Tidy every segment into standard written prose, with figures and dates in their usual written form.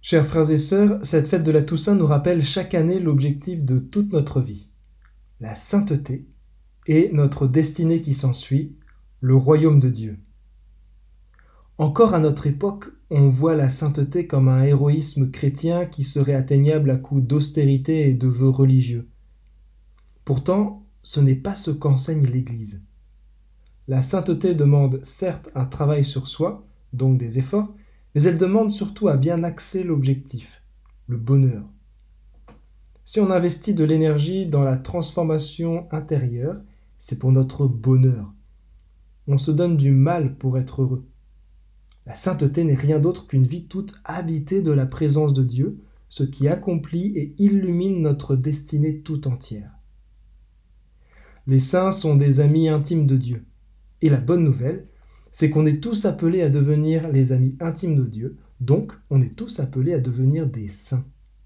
Chers frères et sœurs, cette fête de la Toussaint nous rappelle chaque année l'objectif de toute notre vie, la sainteté, et notre destinée qui s'ensuit, le royaume de Dieu. Encore à notre époque, on voit la sainteté comme un héroïsme chrétien qui serait atteignable à coup d'austérité et de vœux religieux. Pourtant, ce n'est pas ce qu'enseigne l'Église. La sainteté demande certes un travail sur soi, donc des efforts, mais elle demande surtout à bien axer l'objectif, le bonheur. Si on investit de l'énergie dans la transformation intérieure, c'est pour notre bonheur. On se donne du mal pour être heureux. La sainteté n'est rien d'autre qu'une vie toute habitée de la présence de Dieu, ce qui accomplit et illumine notre destinée tout entière. Les saints sont des amis intimes de Dieu. Et la bonne nouvelle, c'est qu'on est tous appelés à devenir les amis intimes de Dieu, donc on est tous appelés à devenir des saints.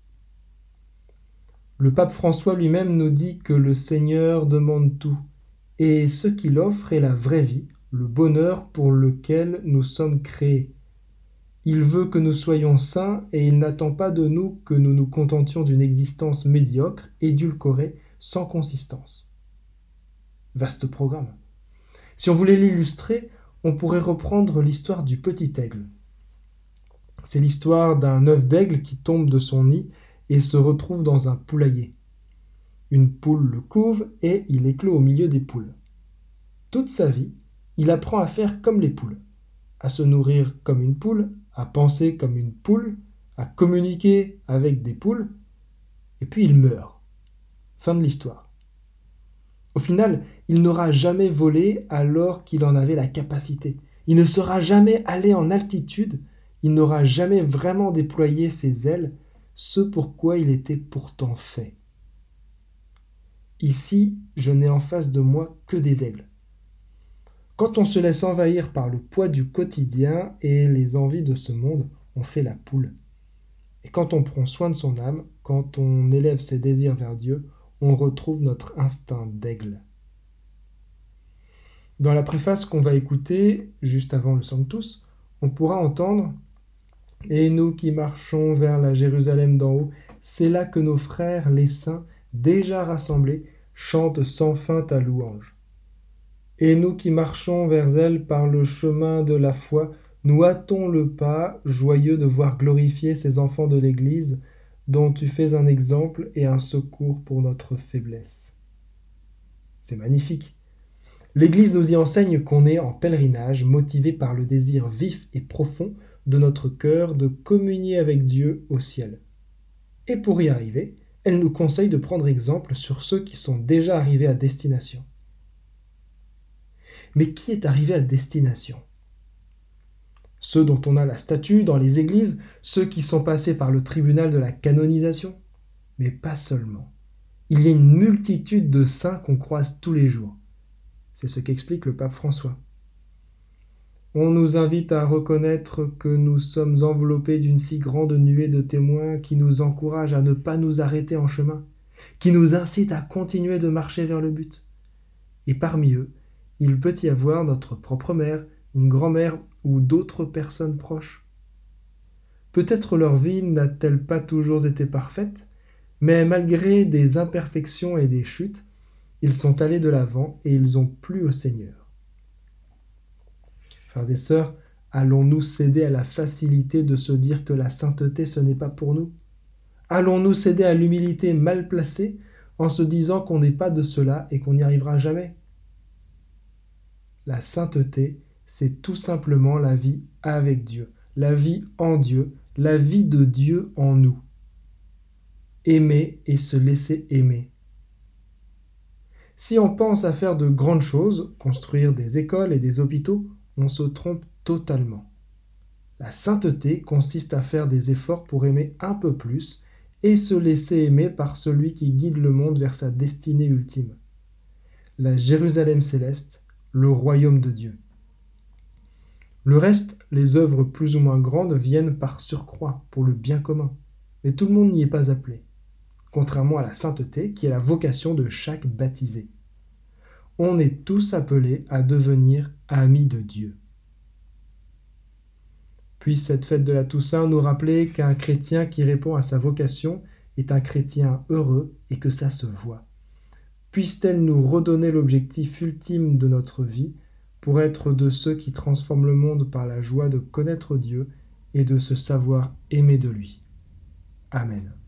Le pape François lui-même nous dit que le Seigneur demande tout, et ce qu'il offre est la vraie vie, le bonheur pour lequel nous sommes créés. Il veut que nous soyons saints et il n'attend pas de nous que nous nous contentions d'une existence médiocre, édulcorée, sans consistance. Vaste programme. Si on voulait l'illustrer, on pourrait reprendre l'histoire du petit aigle. C'est l'histoire d'un œuf d'aigle qui tombe de son nid et se retrouve dans un poulailler. Une poule le couve et il éclot au milieu des poules. Toute sa vie, il apprend à faire comme les poules, à se nourrir comme une poule, à penser comme une poule, à communiquer avec des poules, et puis il meurt. Fin de l'histoire. Au final, il n'aura jamais volé alors qu'il en avait la capacité. Il ne sera jamais allé en altitude, il n'aura jamais vraiment déployé ses ailes, ce pour quoi il était pourtant fait. Ici, je n'ai en face de moi que des aigles. Quand on se laisse envahir par le poids du quotidien et les envies de ce monde, on fait la poule. Et quand on prend soin de son âme, quand on élève ses désirs vers Dieu, on retrouve notre instinct d'aigle. Dans la préface qu'on va écouter, juste avant le Sanctus, on pourra entendre « Et nous qui marchons vers la Jérusalem d'en haut, c'est là que nos frères, les saints, déjà rassemblés, chantent sans fin ta louange. Et nous qui marchons vers elle par le chemin de la foi, nous hâtons le pas, joyeux de voir glorifier ces enfants de l'Église, dont tu fais un exemple et un secours pour notre faiblesse. » C'est magnifique. L'Église nous y enseigne qu'on est en pèlerinage, motivé par le désir vif et profond de notre cœur de communier avec Dieu au ciel. Et pour y arriver, elle nous conseille de prendre exemple sur ceux qui sont déjà arrivés à destination. Mais qui est arrivé à destination ? Ceux dont on a la statue dans les églises, ceux qui sont passés par le tribunal de la canonisation ? Mais pas seulement. Il y a une multitude de saints qu'on croise tous les jours. C'est ce qu'explique le pape François. On nous invite à reconnaître que nous sommes enveloppés d'une si grande nuée de témoins qui nous encouragent à ne pas nous arrêter en chemin, qui nous incitent à continuer de marcher vers le but. Et parmi eux, il peut y avoir notre propre mère, une grand-mère ou d'autres personnes proches. Peut-être leur vie n'a-t-elle pas toujours été parfaite, mais malgré des imperfections et des chutes, ils sont allés de l'avant et ils ont plu au Seigneur. Frères et sœurs, allons-nous céder à la facilité de se dire que la sainteté ce n'est pas pour nous ? Allons-nous céder à l'humilité mal placée en se disant qu'on n'est pas de cela et qu'on n'y arrivera jamais ? La sainteté, c'est tout simplement la vie avec Dieu, la vie en Dieu, la vie de Dieu en nous. Aimer et se laisser aimer. Si on pense à faire de grandes choses, construire des écoles et des hôpitaux, on se trompe totalement. La sainteté consiste à faire des efforts pour aimer un peu plus et se laisser aimer par celui qui guide le monde vers sa destinée ultime. La Jérusalem céleste, le royaume de Dieu. Le reste, les œuvres plus ou moins grandes viennent par surcroît pour le bien commun, mais tout le monde n'y est pas appelé, contrairement à la sainteté qui est la vocation de chaque baptisé. On est tous appelés à devenir amis de Dieu. Puisse cette fête de la Toussaint nous rappeler qu'un chrétien qui répond à sa vocation est un chrétien heureux et que ça se voit. Puisse-t-elle nous redonner l'objectif ultime de notre vie pour être de ceux qui transforment le monde par la joie de connaître Dieu et de se savoir aimer de lui. Amen.